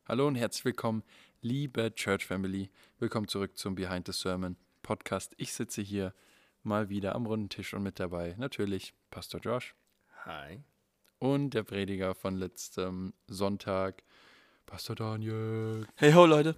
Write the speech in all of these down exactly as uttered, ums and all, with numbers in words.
Hallo und herzlich willkommen, liebe Church Family. Willkommen zurück zum Behind the Sermon Podcast. Ich sitze hier mal wieder am runden Tisch und mit dabei natürlich Pastor Josh. Hi. Und der Prediger von letztem Sonntag, Pastor Daniel. Hey ho, Leute.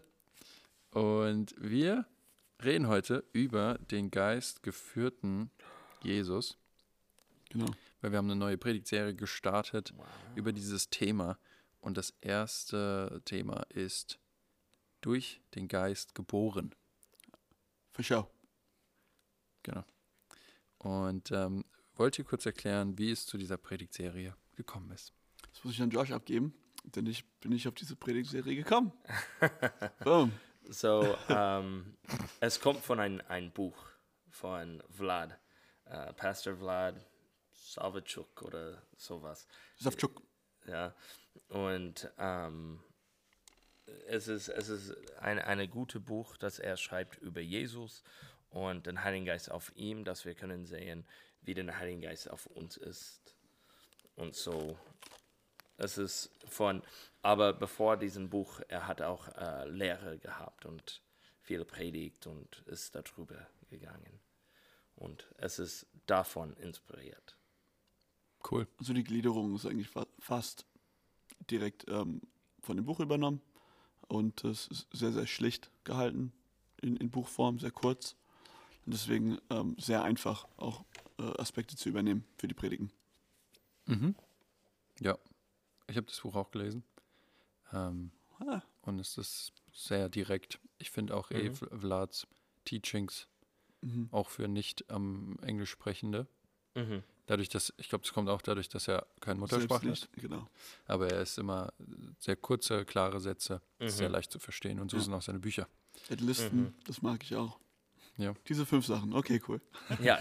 Und wir reden heute über den geistgeführten Jesus. Genau. Weil wir haben eine neue Predigtserie gestartet Wow. über dieses Thema. Und das erste Thema ist durch den Geist geboren. Für Show. Genau. Und ähm, wollt ihr kurz erklären, wie es zu dieser Predigtserie gekommen ist? Das muss ich an Josh abgeben, denn ich bin nicht auf diese Predigtserie gekommen. Boom. So, ähm, es kommt von ein, ein Buch von Vlad, äh, Pastor Vlad Savchuk oder sowas. Savchuk. Ja, und ähm, es ist, es ist ein eine gute Buch, das er schreibt über Jesus und den Heiligen Geist auf ihm, dass wir können sehen, wie der Heilige Geist auf uns ist. Und so, es ist von, aber bevor diesem Buch, er hat auch äh, Lehre gehabt und viel Predigt und ist darüber gegangen. Und es ist davon inspiriert. Cool. Also die Gliederung ist eigentlich fa- fast direkt ähm, von dem Buch übernommen und es ist sehr, sehr schlicht gehalten in, in Buchform, sehr kurz und deswegen ähm, sehr einfach auch äh, Aspekte zu übernehmen für die Predigen. Mhm. Ja, ich habe das Buch auch gelesen. Ähm, Ah. Und es ist sehr direkt. Ich finde auch eh Mhm. Vlads Teachings Mhm. auch für nicht ähm, Englisch Sprechende. Mhm. Dadurch, dass, ich glaube, das kommt auch dadurch, dass er kein Muttersprachler ist. Selbst nicht, genau. Aber er ist immer sehr kurze, klare Sätze, Mhm. sehr leicht zu verstehen. Und so Ja. sind auch seine Bücher. Ed Listen, Mhm. das mag ich auch. Ja. Diese fünf Sachen, okay, cool. Ja,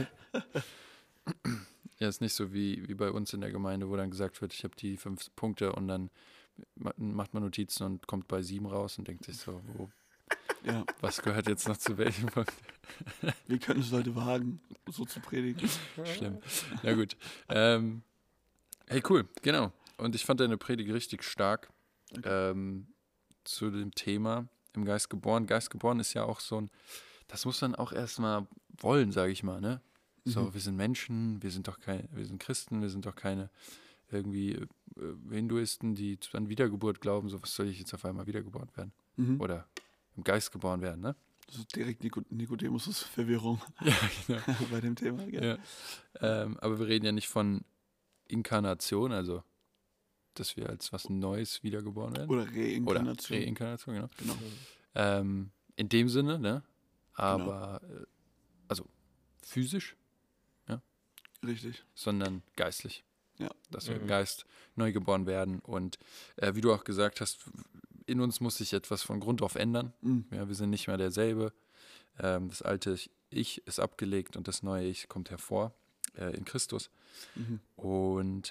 Ja, ist nicht so wie, wie bei uns in der Gemeinde, wo dann gesagt wird, ich habe die fünf Punkte und dann ma- macht man Notizen und kommt bei sieben raus und denkt sich so, wo, Ja, was gehört jetzt noch zu welchem Punkt? wir können es Leute wagen, so zu predigen. Schlimm. Na gut. Ähm, hey, cool, genau. Und ich fand deine Predigt richtig stark ähm, zu dem Thema im Geist geboren. Geist geboren ist ja auch so ein, das muss man auch erstmal wollen, sage ich mal, ne? So, Mhm. wir sind Menschen, wir sind doch keine, wir sind Christen, wir sind doch keine irgendwie äh, Hinduisten, die an Wiedergeburt glauben, so was soll ich jetzt auf einmal wiedergeboren werden? Mhm. Oder im Geist geboren werden, ne? Das ist direkt Nico- Nikodemus' Verwirrung Ja, genau. bei dem Thema. Gell? Ja. Ähm, aber wir reden ja nicht von Inkarnation, also dass wir als was Neues wiedergeboren werden. Oder Reinkarnation. Oder Reinkarnation, genau. Genau. Ähm, in dem Sinne, ne? Aber, äh, also physisch, Richtig. sondern geistlich. Ja. Dass wir im Mhm. Geist neu geboren werden. Und äh, wie du auch gesagt hast, in uns muss sich etwas von Grund auf ändern. Mhm. Ja, wir sind nicht mehr derselbe. Ähm, das alte Ich ist abgelegt und das neue Ich kommt hervor äh, in Christus. Mhm. Und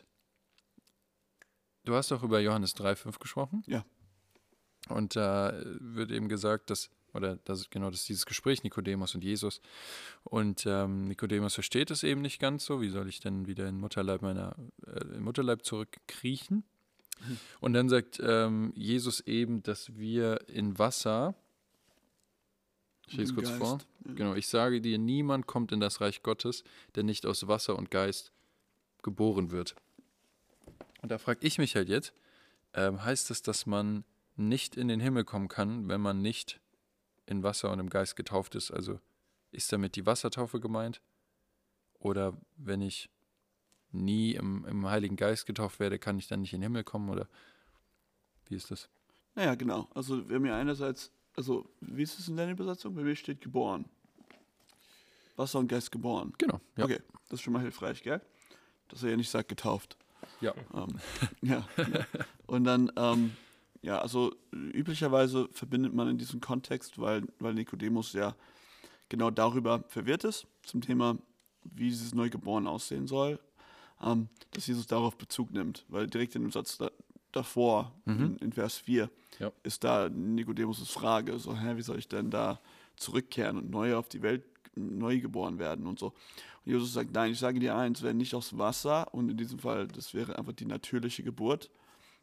du hast auch über Johannes drei fünf gesprochen. Ja. Und da äh, wird eben gesagt, dass, oder das, genau, das ist dieses Gespräch Nikodemus und Jesus. Und ähm, Nikodemus versteht es eben nicht ganz so. Wie soll ich denn wieder in Mutterleib meiner, äh, im Mutterleib zurückkriechen? Mhm. Und dann sagt ähm, Jesus eben, dass wir in Wasser, ich lese Im kurz Geist. vor, Ja. genau, ich sage dir, niemand kommt in das Reich Gottes, der nicht aus Wasser und Geist geboren wird. Und da frage ich mich halt jetzt, ähm, heißt das, dass man nicht in den Himmel kommen kann, wenn man nicht in Wasser und im Geist getauft ist? Also ist damit die Wassertaufe gemeint? Oder wenn ich nie im, im Heiligen Geist getauft werde, kann ich dann nicht in den Himmel kommen? Oder wie ist das? Naja, genau. Also wir haben ja einerseits, also wie ist es in deiner Übersetzung? Bei mir steht geboren. Wasser und Geist geboren. Genau, ja. Okay, das ist schon mal hilfreich, gell? Dass er ja nicht sagt getauft. Ja. Ähm, ja, genau. Und dann, ähm, ja, also üblicherweise verbindet man in diesem Kontext, weil, weil Nikodemus ja genau darüber verwirrt ist, zum Thema, wie dieses Neugeboren aussehen soll, ähm, dass Jesus darauf Bezug nimmt. Weil direkt in dem Satz da, davor, Mhm. in, in Vers vier, Ja. ist da Nikodemus' Frage, so, hä, wie soll ich denn da zurückkehren und neu auf die Welt, neu geboren werden und so. Und Jesus sagt, nein, ich sage dir eins, wer nicht aus Wasser, und in diesem Fall, das wäre einfach die natürliche Geburt,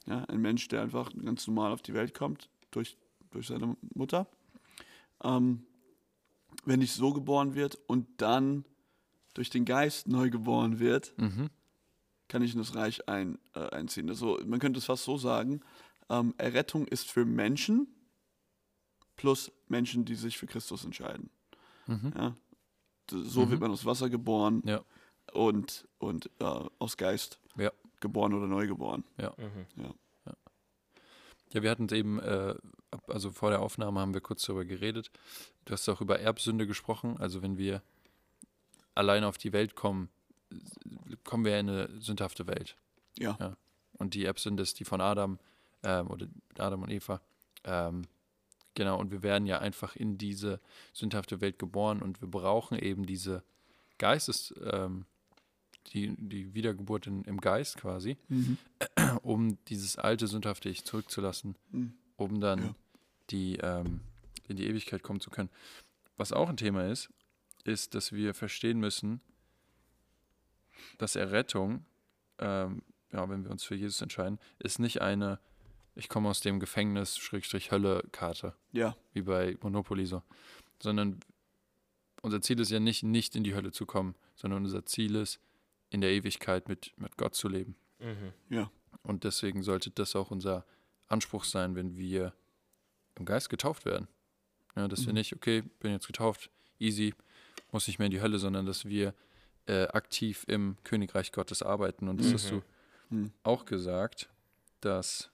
Ja, ein Mensch, der einfach ganz normal auf die Welt kommt, durch, durch seine Mutter. Ähm, wenn nicht so geboren wird und dann durch den Geist neu geboren wird, Mhm. kann ich in das Reich ein, äh, einziehen. Also man könnte es fast so sagen, ähm, Errettung ist für Menschen plus Menschen, die sich für Christus entscheiden. Mhm. Ja? D- So Mhm. wird man aus Wasser geboren Ja. und, und äh, aus Geist Ja. geboren oder neu geboren. Ja. Mhm. Ja. Ja, wir hatten es eben, äh, ab- also vor der Aufnahme haben wir kurz darüber geredet. Du hast auch über Erbsünde gesprochen. Also wenn wir alleine auf die Welt kommen, s- kommen wir in eine sündhafte Welt. Ja. Ja. Und die Erbsünde ist die von Adam ähm, oder Adam und Eva. Ähm, genau, und wir werden ja einfach in diese sündhafte Welt geboren und wir brauchen eben diese Geistes, ähm, die, die Wiedergeburt in, im Geist quasi, Mhm. um dieses alte sündhafte Ich zurückzulassen, Mhm. um dann Ja. die, ähm, in die Ewigkeit kommen zu können. Was auch ein Thema ist, ist, dass wir verstehen müssen, dass Errettung, ähm, ja, wenn wir uns für Jesus entscheiden, ist nicht eine, ich komme aus dem Gefängnis, Schrägstrich Hölle-Karte, Ja. wie bei Monopoly so, sondern unser Ziel ist ja nicht, nicht in die Hölle zu kommen, sondern unser Ziel ist, in der Ewigkeit mit, mit Gott zu leben. Mhm. Ja. Und deswegen sollte das auch unser Anspruch sein, wenn wir im Geist getauft werden. Ja, dass wir Mhm. nicht, okay, bin jetzt getauft, easy, muss nicht mehr in die Hölle, sondern dass wir äh, aktiv im Königreich Gottes arbeiten. Und das hast du Mhm. auch gesagt, dass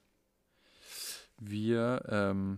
wir ähm,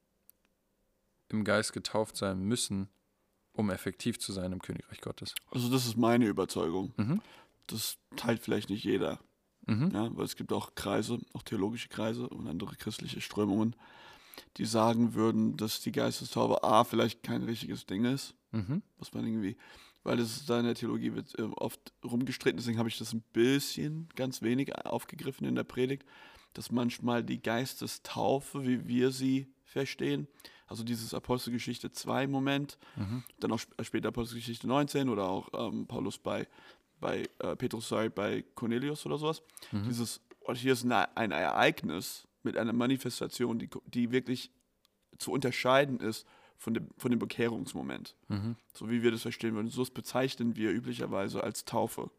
im Geist getauft sein müssen, um effektiv zu sein im Königreich Gottes. Also das ist meine Überzeugung. Mhm. Das teilt vielleicht nicht jeder. Mhm. Ja, weil es gibt auch Kreise, auch theologische Kreise und andere christliche Strömungen, die sagen würden, dass die Geistestaufe A vielleicht kein richtiges Ding ist, Mhm. was man irgendwie, weil es da in der Theologie wird äh, oft rumgestritten, deswegen habe ich das ein bisschen, ganz wenig aufgegriffen in der Predigt, dass manchmal die Geistestaufe, wie wir sie verstehen, also dieses Apostelgeschichte zwei Moment, Mhm. dann auch sp- später Apostelgeschichte neunzehn oder auch ähm, Paulus bei, bei äh, Petrus, sorry, bei Cornelius oder sowas. Mhm. Dieses, und hier ist eine, ein Ereignis mit einer Manifestation, die, die wirklich zu unterscheiden ist von dem, von dem Bekehrungsmoment. Mhm. So wie wir das verstehen würden. So bezeichnen wir üblicherweise als Taufe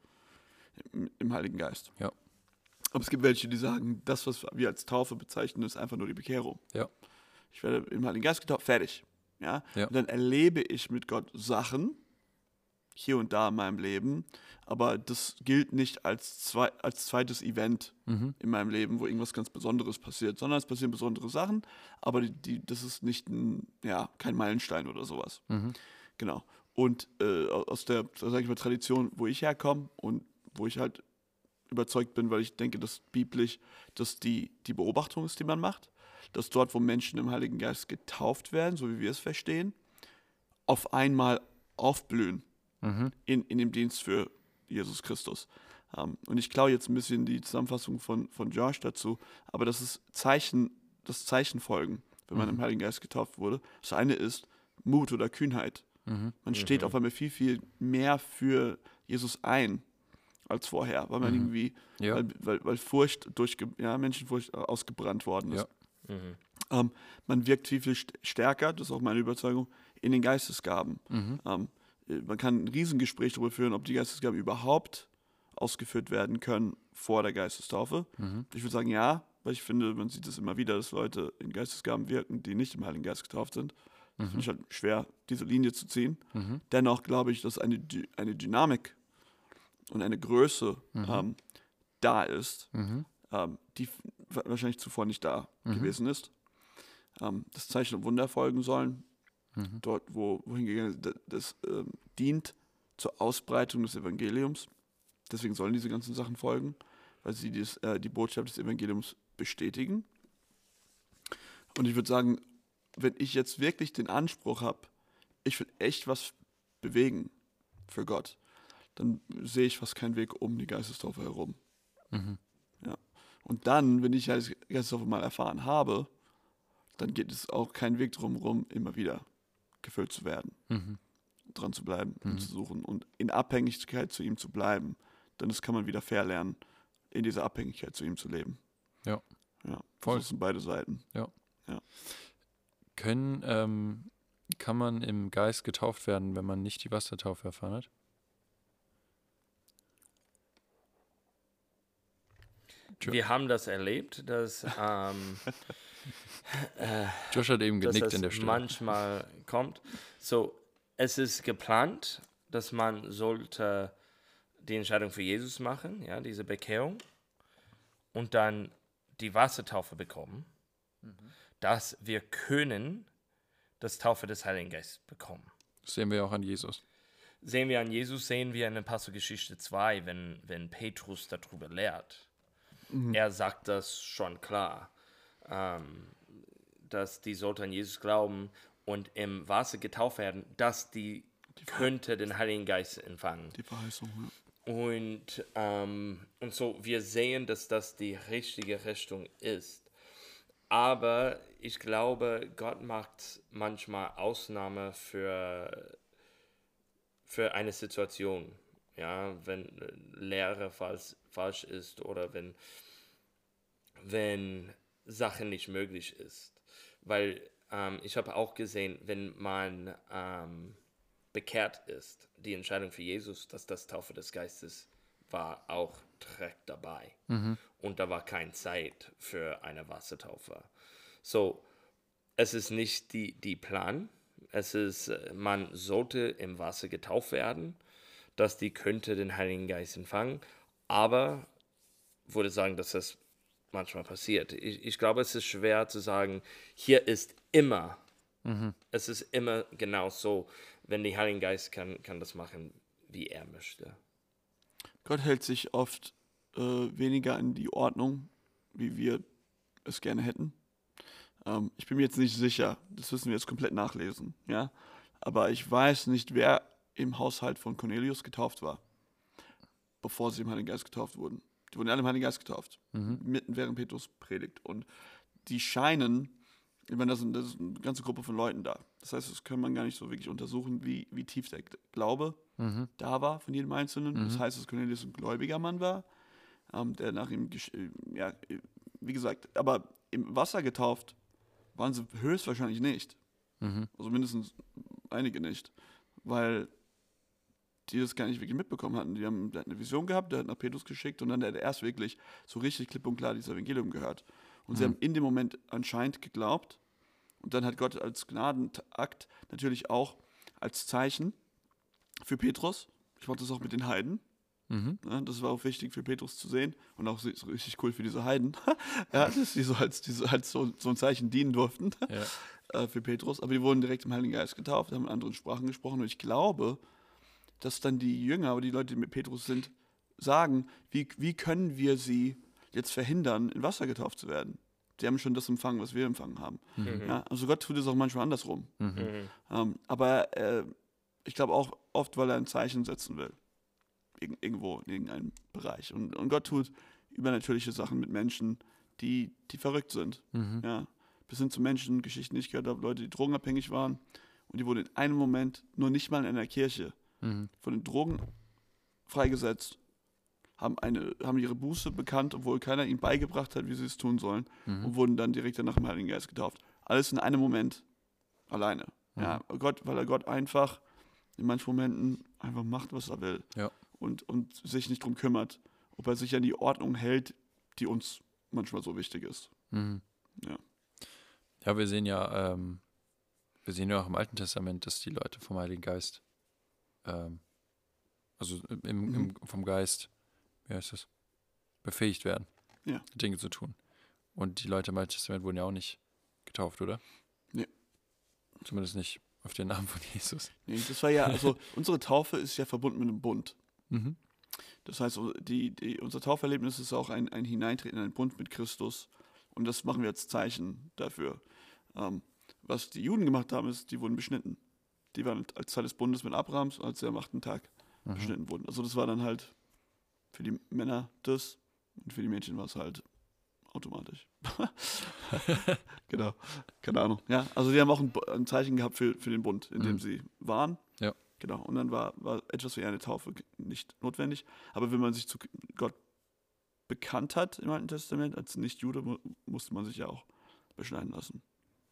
im, im Heiligen Geist. Ja. Aber es gibt welche, die sagen, das, was wir als Taufe bezeichnen, ist einfach nur die Bekehrung. Ja. Ich werde im Heiligen Geist getauft, fertig. Ja? Ja. Und dann erlebe ich mit Gott Sachen, hier und da in meinem Leben, aber das gilt nicht als, zwei, als zweites Event Mhm. in meinem Leben, wo irgendwas ganz Besonderes passiert, sondern es passieren besondere Sachen, aber die, die, das ist nicht ein, ja, kein Meilenstein oder sowas. Mhm. Genau. Und äh, aus der, sag ich mal, Tradition, wo ich herkomme und wo ich halt überzeugt bin, weil ich denke, dass biblisch das die, die Beobachtung ist, die man macht, dass dort, wo Menschen im Heiligen Geist getauft werden, so wie wir es verstehen, auf einmal aufblühen Mhm. in, in dem Dienst für Jesus Christus. Um, und ich klaue jetzt ein bisschen die Zusammenfassung von, von Josh dazu, aber das ist Zeichen, das Zeichen folgen, wenn man Mhm. im Heiligen Geist getauft wurde. Das eine ist Mut oder Kühnheit. Mhm. Man steht Mhm. auf einmal viel, viel mehr für Jesus ein als vorher, weil man Mhm. irgendwie, Ja. weil, weil, weil Furcht durch, ja, Menschenfurcht ausgebrannt worden ist. Ja. Mhm. Ähm, man wirkt viel, viel st- stärker, das ist auch meine Überzeugung, in den Geistesgaben. Mhm. Ähm, äh, man kann ein Riesengespräch darüber führen, ob die Geistesgaben überhaupt ausgeführt werden können vor der Geistestaufe. Mhm. Ich würde sagen, ja, weil ich finde, man sieht es immer wieder, dass Leute in Geistesgaben wirken, die nicht im Heiligen Geist getauft sind. Das Mhm. finde ich halt schwer, diese Linie zu ziehen. Mhm. Dennoch glaube ich, dass eine, Dy- eine Dynamik und eine Größe Mhm. ähm, da ist, Mhm. ähm, die f- wa- wahrscheinlich zuvor nicht da Mhm. gewesen ist. Ähm, das Zeichen und Wunder folgen sollen, Mhm. dort, wo wohin gegangen ist, das, das ähm, dient zur Ausbreitung des Evangeliums. Deswegen sollen diese ganzen Sachen folgen, weil sie dies, äh, die Botschaft des Evangeliums bestätigen. Und ich würde sagen, wenn ich jetzt wirklich den Anspruch habe, ich will echt was bewegen für Gott, dann sehe ich fast keinen Weg um die Geistestaufe herum. Mhm. Und dann, wenn ich die Geistestaufe mal erfahren habe, dann geht es auch keinen Weg drum rum, immer wieder gefüllt zu werden, Mhm. dran zu bleiben Mhm. und zu suchen und in Abhängigkeit zu ihm zu bleiben. Denn das kann man wieder verlernen, in dieser Abhängigkeit zu ihm zu leben. Ja. Ja, Voll. Das sind beide Seiten. Können, ähm, kann man im Geist getauft werden, wenn man nicht die Wassertaufe erfahren hat? Jo- Wir haben das erlebt, dass, ähm, äh, Josh hat eben dass genickt das in der Stelle. manchmal kommt. So, es ist geplant, dass man sollte die Entscheidung für Jesus machen, ja, diese Bekehrung, und dann die Wassertaufe bekommen, dass wir können das Taufe des Heiligen Geistes bekommen. Das sehen wir ja auch an Jesus. Sehen wir an Jesus, sehen wir in Apostelgeschichte zwei, wenn, wenn Petrus darüber lehrt. Er sagt das schon klar, ähm, dass die sollten an Jesus glauben und im Wasser getauft werden, dass die, die könnte den Heiligen Geist empfangen. Die Verheißung, ja. Und, ähm, und so, wir sehen, dass das die richtige Richtung ist. Aber ich glaube, Gott macht manchmal Ausnahme für, für eine Situation. Ja, wenn Lehre falsch, falsch ist oder wenn, wenn Sache nicht möglich ist. Weil ähm, ich habe auch gesehen, wenn man ähm, bekehrt ist, die Entscheidung für Jesus, dass das Taufe des Geistes war auch direkt dabei. Mhm. Und da war keine Zeit für eine Wassertaufe. So, es ist nicht die, die Plan. Es ist, man sollte im Wasser getauft werden, dass die könnte den Heiligen Geist empfangen. Aber ich würde sagen, dass das manchmal passiert. Ich, ich glaube, es ist schwer zu sagen, hier ist immer, Mhm. es ist immer genau so, wenn der Heilige Geist kann, kann das machen, wie er möchte. Gott hält sich oft äh, weniger an die Ordnung, wie wir es gerne hätten. Ähm, ich bin mir jetzt nicht sicher, das müssen wir jetzt komplett nachlesen, ja. Aber ich weiß nicht, wer im Haushalt von Cornelius getauft war, bevor sie im Heiligen Geist getauft wurden. Die wurden alle im Heiligen Geist getauft, Mhm. mitten während Petrus predigt. Und die scheinen, ich meine, das ist, das ist eine ganze Gruppe von Leuten da. Das heißt, das kann man gar nicht so wirklich untersuchen, wie, wie tief der Glaube Mhm. da war von jedem Einzelnen. Mhm. Das heißt, dass Cornelius ein gläubiger Mann war, ähm, der nach ihm, gesch- äh, ja, äh, wie gesagt, aber im Wasser getauft waren sie höchstwahrscheinlich nicht. Mhm. Also mindestens einige nicht, weil die das gar nicht wirklich mitbekommen hatten. Die haben der hat eine Vision gehabt, der hat nach Petrus geschickt und dann hat er erst wirklich so richtig klipp und klar dieses Evangelium gehört. Und sie Mhm. haben in dem Moment anscheinend geglaubt und dann hat Gott als Gnadenakt natürlich auch als Zeichen für Petrus, ich mache das auch mit den Heiden, Mhm. ne, das war auch wichtig für Petrus zu sehen und auch so so richtig cool für diese Heiden, ja, dass die so als, diese, als so, so ein Zeichen dienen durften Ja. äh, für Petrus, aber die wurden direkt im Heiligen Geist getauft, haben in anderen Sprachen gesprochen und ich glaube, dass dann die Jünger, oder die Leute, die mit Petrus sind, sagen, wie, wie können wir sie jetzt verhindern, in Wasser getauft zu werden? Sie haben schon das empfangen, was wir empfangen haben. Mhm. Ja, also Gott tut es auch manchmal andersrum. Mhm. Mhm. Ähm, aber äh, ich glaube auch oft, weil er ein Zeichen setzen will. Ir irgendwo in irgendeinem Bereich. Und, und Gott tut übernatürliche Sachen mit Menschen, die, die verrückt sind. Mhm. Ja, bis hin zu Menschen, Geschichten, die ich gehört habe, Leute, die drogenabhängig waren. Und die wurden in einem Moment, nur nicht mal in einer Kirche, Mhm. von den Drogen freigesetzt, haben, eine, haben ihre Buße bekannt, obwohl keiner ihnen beigebracht hat, wie sie es tun sollen, Mhm. und wurden dann direkt danach im Heiligen Geist getauft. Alles in einem Moment alleine. Mhm. Ja, Gott, weil er Gott einfach in manchen Momenten einfach macht, was er will. Ja. Und, und sich nicht drum kümmert, ob er sich an die Ordnung hält, die uns manchmal so wichtig ist. Mhm. Ja. Ja, wir sehen ja, ähm, wir sehen ja auch im Alten Testament, dass die Leute vom Heiligen Geist, ähm, also im, Mhm. im, vom Geist, wie heißt das, befähigt werden, Ja. Dinge zu tun. Und die Leute im Alten Testament wurden ja auch nicht getauft, oder? Nee. Zumindest nicht auf den Namen von Jesus. Nee, das war ja, also unsere Taufe ist ja verbunden mit einem Bund. Mhm. Das heißt, die, die, unser Tauferlebnis ist auch ein, ein Hineintreten in einen Bund mit Christus. Und das machen wir als Zeichen dafür. Ähm, was die Juden gemacht haben, ist, die wurden beschnitten. Die waren als Teil des Bundes mit Abrahams, als sie am achten Tag Mhm. beschnitten wurden. Also das war dann halt für die Männer das und für die Mädchen war es halt automatisch. Genau, keine Ahnung. Ja, also die haben auch ein, Bu- ein Zeichen gehabt für, für den Bund, in dem Mhm. sie waren. Ja. Genau, und dann war, war etwas wie eine Taufe nicht notwendig. Aber wenn man sich zu Gott bekannt hat im Alten Testament. Als Nicht-Jude mu- musste man sich ja auch beschneiden lassen.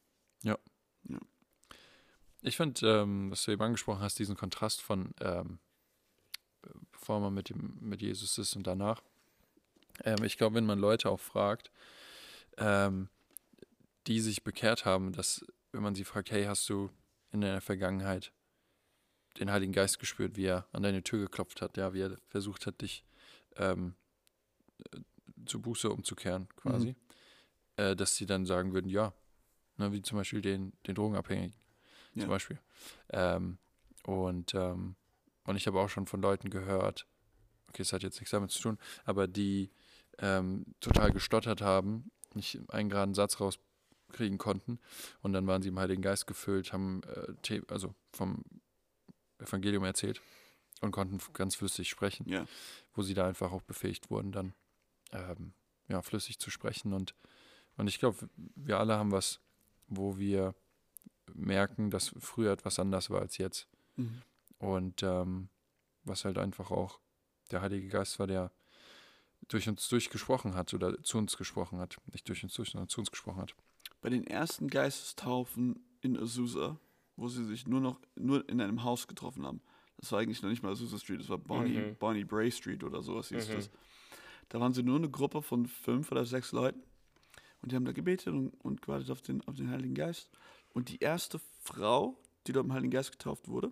Ich finde, ähm, was du eben angesprochen hast, diesen Kontrast von ähm, bevor man mit dem mit Jesus ist und danach. Ähm, ich glaube, wenn man Leute auch fragt, ähm, die sich bekehrt haben, dass wenn man sie fragt, hey, hast du in deiner Vergangenheit den Heiligen Geist gespürt, wie er an deine Tür geklopft hat, ja, wie er versucht hat, dich ähm, äh, zu Buße umzukehren, quasi, äh, dass sie dann sagen würden, ja, ne, wie zum Beispiel den, den Drogenabhängigen, Ja. zum Beispiel. Ähm, und, ähm, und ich habe auch schon von Leuten gehört, okay, es hat jetzt nichts damit zu tun, aber die ähm, total gestottert haben, nicht einen geraden Satz rauskriegen konnten und dann waren sie im Heiligen Geist gefüllt, haben äh, The- also vom Evangelium erzählt und konnten f- ganz flüssig sprechen, Ja. wo sie da einfach auch befähigt wurden, dann ähm, ja, flüssig zu sprechen. Und, und ich glaube, wir alle haben was, wo wir merken, dass früher etwas anders war als jetzt. Mhm. Und ähm, was halt einfach auch der Heilige Geist war, der durch uns durchgesprochen hat oder zu uns gesprochen hat. Nicht durch uns durch, sondern zu uns gesprochen hat. Bei den ersten Geistestaufen in Azusa, wo sie sich nur noch nur in einem Haus getroffen haben, das war eigentlich noch nicht mal Azusa Street, das war Bonnie, Mhm. Bonnie Bray Street oder sowas hieß Mhm. das. Da waren sie nur eine Gruppe von fünf oder sechs Leuten und die haben da gebetet und, und gewartet auf den, auf den Heiligen Geist. Und die erste Frau, die dort im Heiligen Geist getauft wurde,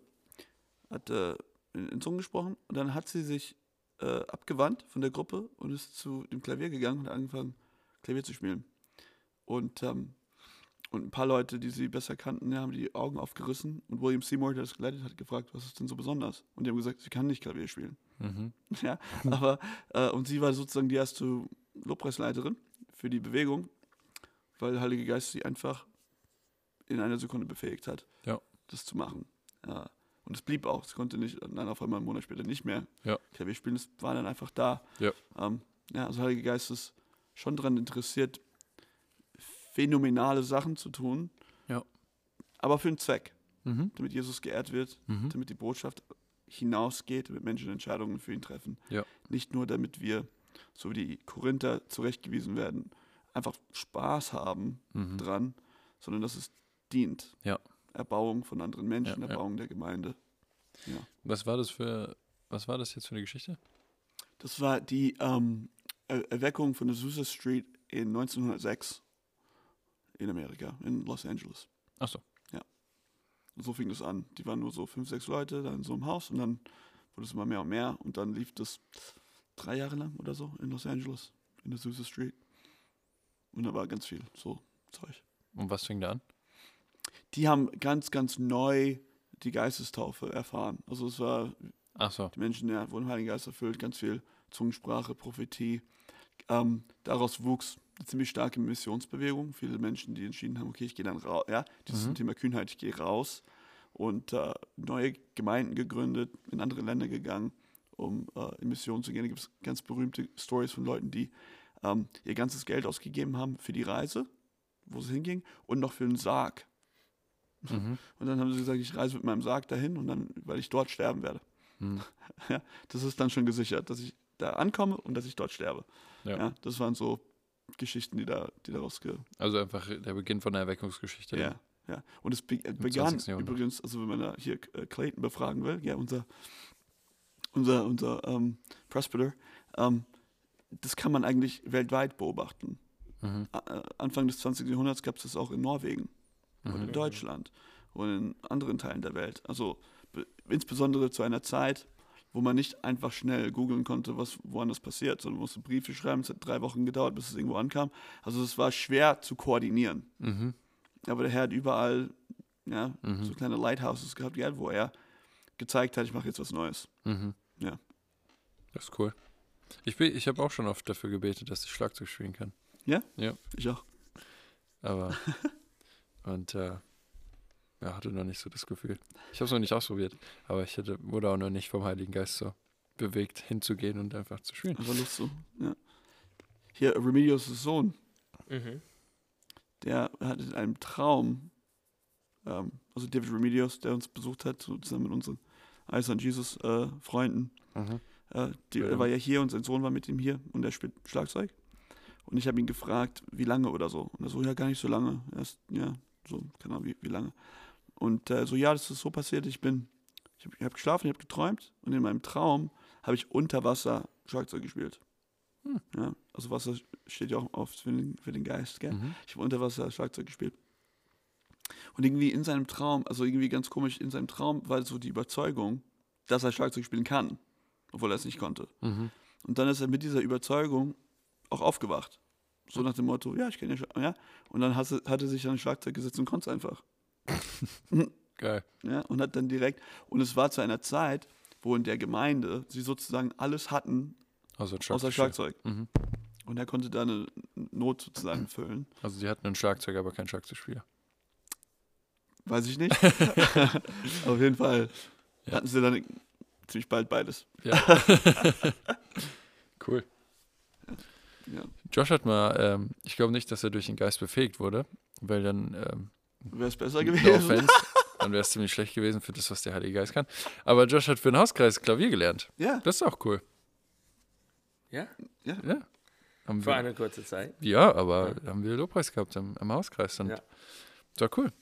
hat äh, in, in Zungen gesprochen und dann hat sie sich äh, abgewandt von der Gruppe und ist zu dem Klavier gegangen und hat angefangen, Klavier zu spielen. Und, ähm, und ein paar Leute, die sie besser kannten, ja, haben die Augen aufgerissen und William Seymour, der das geleitet hat, gefragt, was ist denn so besonders? Und die haben gesagt, sie kann nicht Klavier spielen. Mhm. Ja, aber äh, und sie war sozusagen die erste Lobpreisleiterin für die Bewegung, weil der Heilige Geist sie einfach in einer Sekunde befähigt hat, Ja. das zu machen. Ja. Und es blieb auch. Sie konnte nicht, dann auf einmal einen Monat später nicht mehr Ja. Klavier spielen. Es war dann einfach da. Ja. Ähm, ja, also der Heilige Geist ist schon daran interessiert, phänomenale Sachen zu tun. Ja. Aber für einen Zweck, Mhm. damit Jesus geehrt wird, Mhm. damit die Botschaft hinausgeht, damit Menschen Entscheidungen für ihn treffen. Ja. Nicht nur, damit wir, so wie die Korinther zurechtgewiesen werden, einfach Spaß haben Mhm. dran, sondern dass es dient. Ja. Erbauung von anderen Menschen, Ja, ja. Erbauung der Gemeinde. Ja. Was war das für, was war das jetzt für eine Geschichte? Das war die ähm, Er Erweckung von Azusa Street in neunzehnhundertsechs in Amerika, in Los Angeles. Ach so. Und so fing das an. Die waren nur so fünf, sechs Leute da in so einem Haus und dann wurde es immer mehr und mehr und dann lief das drei Jahre lang oder so in Los Angeles, in Azusa Street. Und da war ganz viel so Zeug. Und was fing da an? Die haben ganz, ganz neu die Geistestaufe erfahren. Also es war, Ach so. die Menschen ja, wurden im Heiligen Geist erfüllt, ganz viel Zungensprache, Prophetie. Ähm, daraus wuchs eine ziemlich starke Missionsbewegung. Viele Menschen, die entschieden haben, okay, ich gehe dann raus, ja, dieses Mhm. Thema Kühnheit, ich gehe raus und äh, neue Gemeinden gegründet, in andere Länder gegangen, um äh, in Mission zu gehen. Da gibt es ganz berühmte Stories von Leuten, die ähm, ihr ganzes Geld ausgegeben haben für die Reise, wo sie hingingen, und noch für einen Sarg. Mhm. Und dann haben sie gesagt, ich reise mit meinem Sarg dahin und dann, weil ich dort sterben werde. Mhm. Ja, das ist dann schon gesichert, dass ich da ankomme und dass ich dort sterbe. Ja. Ja, das waren so Geschichten, die da, die daraus ge Also einfach der Beginn von der Erweckungsgeschichte. ja, ja. Und es be äh, begann zwanzigsten Jahrhundert. übrigens, also wenn man da hier äh, Clayton befragen will, ja, unser, unser, unser ähm, Presbyter, ähm, das kann man eigentlich weltweit beobachten. Mhm. A- äh, Anfang des zwanzigsten Jahrhunderts gab es das auch in Norwegen und in Mhm. Deutschland und in anderen Teilen der Welt. Also be- insbesondere zu einer Zeit, wo man nicht einfach schnell googeln konnte, was woanders passiert, sondern man musste Briefe schreiben. Es hat drei Wochen gedauert, bis es irgendwo ankam. Also es war schwer zu koordinieren. Mhm. Aber der Herr hat überall ja, Mhm. so kleine Lighthouses gehabt, ja, wo er gezeigt hat, ich mache jetzt was Neues. Mhm. Ja. Das ist cool. Ich, bin- ich habe auch schon oft dafür gebetet, dass ich Schlagzeug spielen kann. Ich auch. Aber und äh, ja, hatte noch nicht so das Gefühl. Ich habe es noch nicht ausprobiert, aber ich hatte, wurde auch noch nicht vom Heiligen Geist so bewegt, hinzugehen und einfach zu spielen. Aber Lust so. Ja. Hier, Remedios Sohn, Mhm. der hatte in einem Traum, ähm, also David Remedios, der uns besucht hat, so zusammen mit unseren Eyes on Jesus äh, Freunden, Mhm. Äh, die, Ja. Er war ja hier und sein Sohn war mit ihm hier und er spielt Schlagzeug. Und ich habe ihn gefragt, wie lange oder so. Und er so, ja, gar nicht so lange. Erst, ja, so, keine Ahnung, wie, wie lange. Und äh, so, ja, das ist so passiert. Ich bin, ich habe hab geschlafen, ich habe geträumt und in meinem Traum habe ich unter Wasser Schlagzeug gespielt. Hm. Ja, also Wasser steht ja auch oft für den, für den Geist, gell? Mhm. Ich habe unter Wasser Schlagzeug gespielt. Und irgendwie in seinem Traum, also irgendwie ganz komisch, in seinem Traum war so die Überzeugung, dass er Schlagzeug spielen kann, obwohl er es nicht konnte. Mhm. Und dann ist er mit dieser Überzeugung auch aufgewacht. So nach dem Motto, ja, ich kann ja, Schla- ja. Und dann hat er, hat er sich an ein Schlagzeug gesetzt und konnte es einfach. Geil. Ja, und hat dann direkt, und es war zu einer Zeit, wo in der Gemeinde sie sozusagen alles hatten, Also, ein außer Schlagzeug. Mhm. Und er konnte da eine Not sozusagen füllen. Also sie hatten einen Schlagzeug, aber keinen Schlagzeugspieler. Weiß ich nicht. Auf jeden Fall Ja. hatten sie dann ziemlich bald beides. Ja. Cool. Ja. Josh hat mal, ähm, ich glaube nicht, dass er durch den Geist befähigt wurde, weil dann, ähm, Wäre es besser no gewesen. offense, dann wäre es ziemlich schlecht gewesen für das, was der Heilige Geist kann. Aber Josh hat für den Hauskreis Klavier gelernt. Ja, Das ist auch cool. Ja, ja. Ja. Haben für wir, eine kurze Zeit. ja, aber haben wir Lobpreis gehabt im, im Hauskreis. Und Ja. das war cool.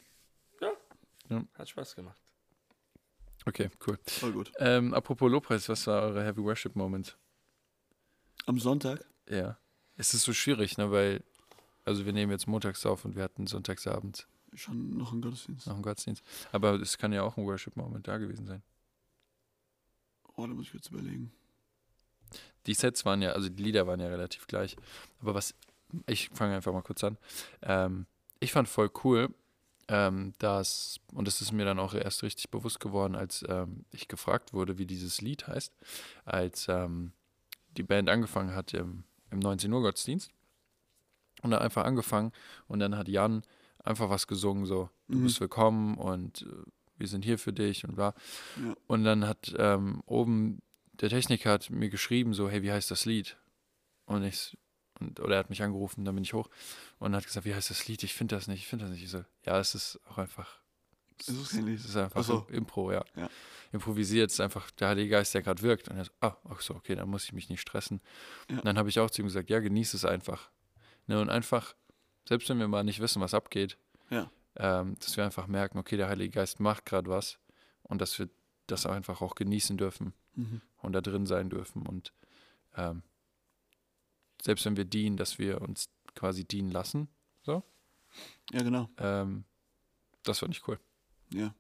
Hat Spaß gemacht. Okay, cool. Voll gut. Ähm, apropos Lobpreis, was war eure Heavy Worship Moment? Am Sonntag? Ja. Es ist so schwierig, ne, weil, also wir nehmen jetzt montags auf und wir hatten sonntagsabend Schon noch ein Gottesdienst. noch einen Gottesdienst. Aber es kann ja auch ein Worship Moment da gewesen sein. Oh, da muss ich kurz überlegen. Die Sets waren ja, also die Lieder waren ja relativ gleich. Aber was, ich fange einfach mal kurz an. Ähm, ich fand voll cool, ähm, dass, und das ist mir dann auch erst richtig bewusst geworden, als ähm, ich gefragt wurde, wie dieses Lied heißt, als ähm, die Band angefangen hat im, im neunzehn Uhr Gottesdienst. Und dann einfach angefangen und dann hat Jan einfach was gesungen, so, du Mhm. bist willkommen und äh, wir sind hier für dich und bla. Ja. Und dann hat ähm, oben der Techniker hat mir geschrieben, so, hey, wie heißt das Lied? Und ich, und, oder er hat mich angerufen, dann bin ich hoch und hat gesagt, wie heißt das Lied? Ich finde das nicht, ich finde das nicht. Ich so, ja, es ist auch einfach, Es ist kein Lied. es ist einfach Ach so. Impro, ja. Ja. Improvisiert, es ist einfach der Heilige Geist, der gerade wirkt. Und er so, ah, ach so, okay, dann muss ich mich nicht stressen. Ja. Und dann habe ich auch zu ihm gesagt, ja, genieß es einfach. Ne, und einfach, selbst wenn wir mal nicht wissen, was abgeht, Ja. ähm, dass wir einfach merken, okay, der Heilige Geist macht gerade was und dass wir das einfach auch genießen dürfen Mhm. und da drin sein dürfen und ähm, selbst wenn wir dienen, dass wir uns quasi dienen lassen. Ja, genau. Ähm, das fand ich cool. Ja.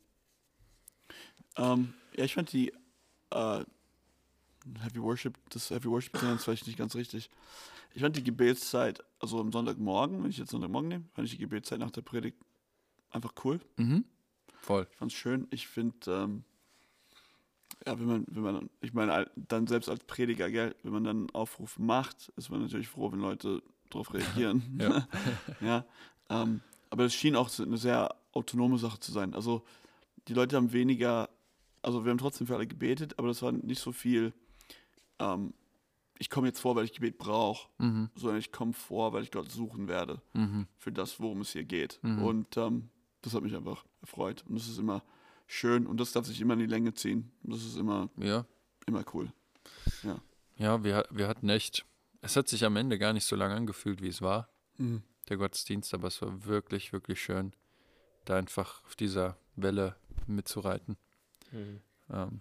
Ähm, ja, ich fand die äh, Heavy Worship, das Heavy Worship ist vielleicht nicht ganz richtig. Ich fand die Gebetszeit, also am Sonntagmorgen, wenn ich jetzt Sonntagmorgen nehme, fand ich die Gebetszeit nach der Predigt einfach cool. Mhm. Voll. Ich fand's schön. Ich finde, ähm, ja, wenn man, wenn man, ich meine, dann selbst als Prediger, gell, wenn man dann einen Aufruf macht, ist man natürlich froh, wenn Leute darauf reagieren. Ja. ja, ähm, aber es schien auch so eine sehr autonome Sache zu sein. Also die Leute haben weniger, also wir haben trotzdem für alle gebetet, aber das war nicht so viel, ähm, ich komme jetzt vor, weil ich Gebet brauche, Mhm. sondern ich komme vor, weil ich Gott suchen werde Mhm. für das, worum es hier geht. Mhm. Und ähm, das hat mich einfach erfreut. Und das ist immer schön und das darf sich immer in die Länge ziehen. Und das ist immer, Ja. immer cool. Ja, wir, wir hatten echt, es hat sich am Ende gar nicht so lange angefühlt, wie es war, Mhm. der Gottesdienst, aber es war wirklich, wirklich schön, da einfach auf dieser Welle mitzureiten. Mhm. Ähm,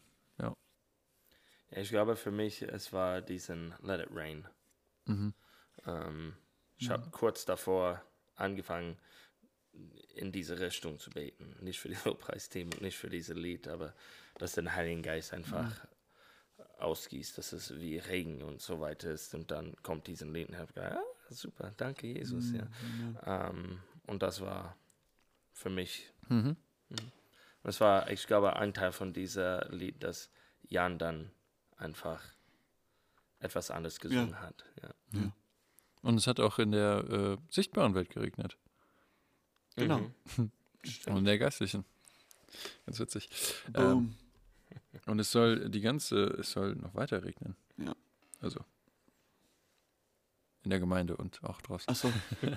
Ja, ich glaube für mich, es war diesen Let It Rain. mhm. Ähm, ich habe kurz davor angefangen, in diese Richtung zu beten. Nicht für die Lobpreisteam und nicht für dieses Lied, aber dass der Heilige Geist einfach ausgießt, dass es wie Regen und so weiter ist. Und dann kommt diesen Lied und ich habe gedacht, ah, super, danke Jesus. Ja. Ähm, und das war für mich, Mhm. das war, ich glaube, ein Teil von dieser Lied, dass Jan dann einfach etwas anderes gesungen hat. Ja. Und es hat auch in der äh, sichtbaren Welt geregnet. Genau. Mhm. Und in der geistlichen. Ganz witzig. Ähm, Boom. und es soll die ganze, es soll noch weiter regnen. Ja. Also in der Gemeinde und auch draußen. Achso.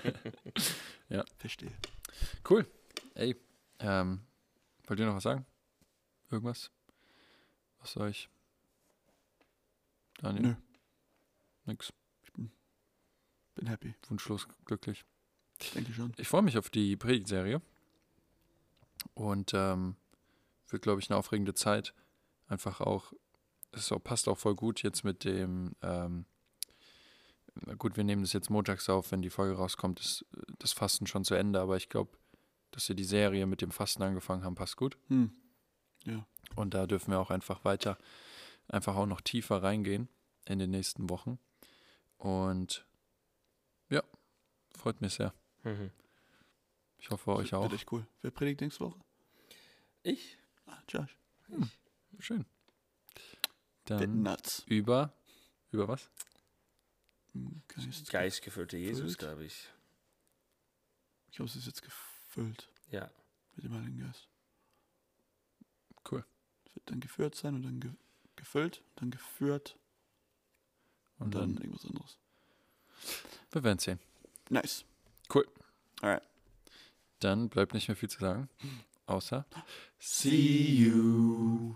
Ja. Verstehe. Cool. Ey, ähm, wollt ihr noch was sagen? Irgendwas? Was euch Daniel? Nö. Nix. Bin happy. Wunschlos glücklich. Denke schon. Ich freue mich auf die Predigtserie. Und ähm, wird, glaube ich, eine aufregende Zeit. Einfach auch, es auch, passt auch voll gut jetzt mit dem, ähm, na gut, wir nehmen das jetzt montags auf, wenn die Folge rauskommt, ist das Fasten schon zu Ende, aber ich glaube, dass wir die Serie mit dem Fasten angefangen haben, passt gut. Hm. Ja. Und da dürfen wir auch einfach weiter, einfach auch noch tiefer reingehen in den nächsten Wochen. Und ja, freut mich sehr. Mhm. Ich hoffe, euch auch. Wird echt cool. Wer predigt nächste Woche? Ich? Ah, Josh. Schön. Bit Dann nuts. über, über was? Hm, Geist. Geistgefüllte Jesus, Gefüllt. glaube ich. Ich glaube, es ist jetzt gefüllt Ja. mit dem Heiligen Geist. Cool. Es wird dann geführt sein und dann ge gefüllt, dann geführt und, Und dann, dann, irgendwas anderes. wir werden sehen. Nice. Cool. Alright. Dann bleibt nicht mehr viel zu sagen, außer See you.